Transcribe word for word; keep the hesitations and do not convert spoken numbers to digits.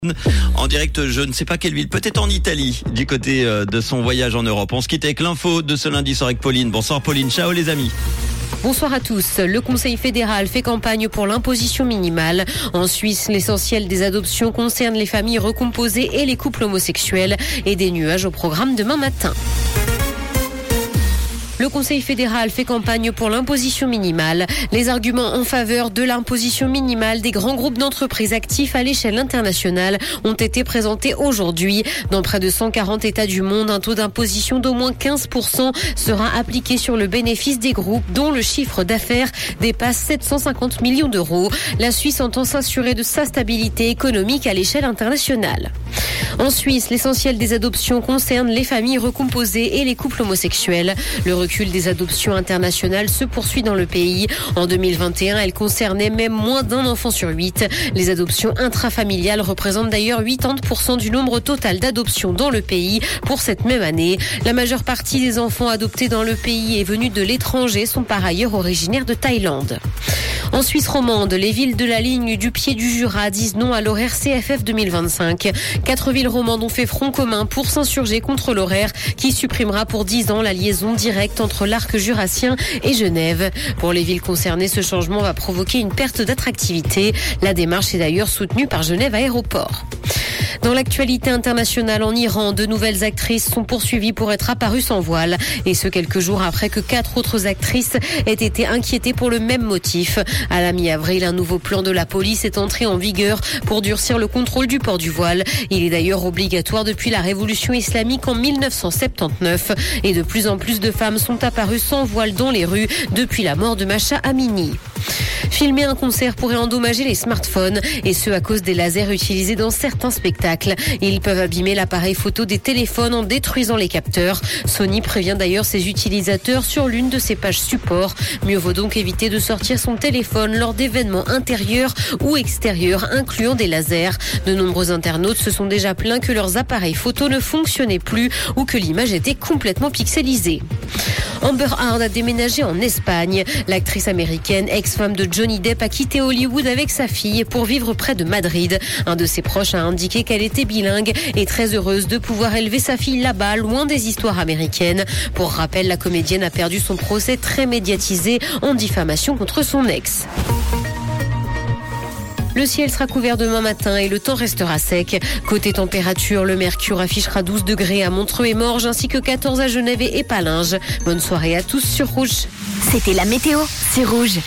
En direct, je ne sais pas quelle ville, peut-être en Italie, du côté de son voyage en Europe. On se quitte avec l'info de ce lundi soir avec Pauline. Bonsoir Pauline, ciao les amis. Bonsoir à tous. Le Conseil fédéral fait campagne pour l'imposition minimale. En Suisse, l'essentiel des adoptions concerne les familles recomposées et les couples homosexuels. Et des nuages au programme demain matin. Le Conseil fédéral fait campagne pour l'imposition minimale. Les arguments en faveur de l'imposition minimale des grands groupes d'entreprises actifs à l'échelle internationale ont été présentés aujourd'hui. Dans près de cent quarante États du monde, un taux d'imposition d'au moins quinze pour cent sera appliqué sur le bénéfice des groupes dont le chiffre d'affaires dépasse sept cent cinquante millions d'euros. La Suisse entend s'assurer de sa stabilité économique à l'échelle internationale. En Suisse, l'essentiel des adoptions concerne les familles recomposées et les couples homosexuels. Le recul des adoptions internationales se poursuit dans le pays. En deux mille vingt et un, elle concernait même moins d'un enfant sur huit. Les adoptions intrafamiliales représentent d'ailleurs quatre-vingt-dix pour cent du nombre total d'adoptions dans le pays pour cette même année. La majeure partie des enfants adoptés dans le pays et venus de l'étranger sont par ailleurs originaires de Thaïlande. En Suisse romande, les villes de la ligne du pied du Jura disent non à l'horaire C F F deux mille vingt-cinq. Quatre villes romandes ont fait front commun pour s'insurger contre l'horaire qui supprimera pour dix ans la liaison directe entre l'arc jurassien et Genève. Pour les villes concernées, ce changement va provoquer une perte d'attractivité. La démarche est d'ailleurs soutenue par Genève Aéroport. Dans l'actualité internationale, en Iran, de nouvelles actrices sont poursuivies pour être apparues sans voile. Et ce, quelques jours après que quatre autres actrices aient été inquiétées pour le même motif. À la mi-avril, un nouveau plan de la police est entré en vigueur pour durcir le contrôle du port du voile. Il est d'ailleurs obligatoire depuis la révolution islamique en mille neuf cent soixante-dix-neuf. Et de plus en plus de femmes sont apparues sans voile dans les rues depuis la mort de Masha Amini. Filmer un concert pourrait endommager les smartphones, et ce à cause des lasers utilisés dans certains spectacles. Ils peuvent abîmer l'appareil photo des téléphones en détruisant les capteurs. Sony prévient d'ailleurs ses utilisateurs sur l'une de ses pages support. Mieux vaut donc éviter de sortir son téléphone lors d'événements intérieurs ou extérieurs incluant des lasers. De nombreux internautes se sont déjà plaints que leurs appareils photo ne fonctionnaient plus ou que l'image était complètement pixelisée. Amber Heard a déménagé en Espagne. L'actrice américaine, ex-femme de Johnny Depp, a quitté Hollywood avec sa fille pour vivre près de Madrid. Un de ses proches a indiqué qu'elle était bilingue et très heureuse de pouvoir élever sa fille là-bas, loin des histoires américaines. Pour rappel, la comédienne a perdu son procès très médiatisé en diffamation contre son ex. Le ciel sera couvert demain matin et le temps restera sec. Côté température, le mercure affichera douze degrés à Montreux et Morges ainsi que quatorze à Genève et Épalinges. Bonne soirée à tous sur Rouge. C'était la météo, c'est Rouge.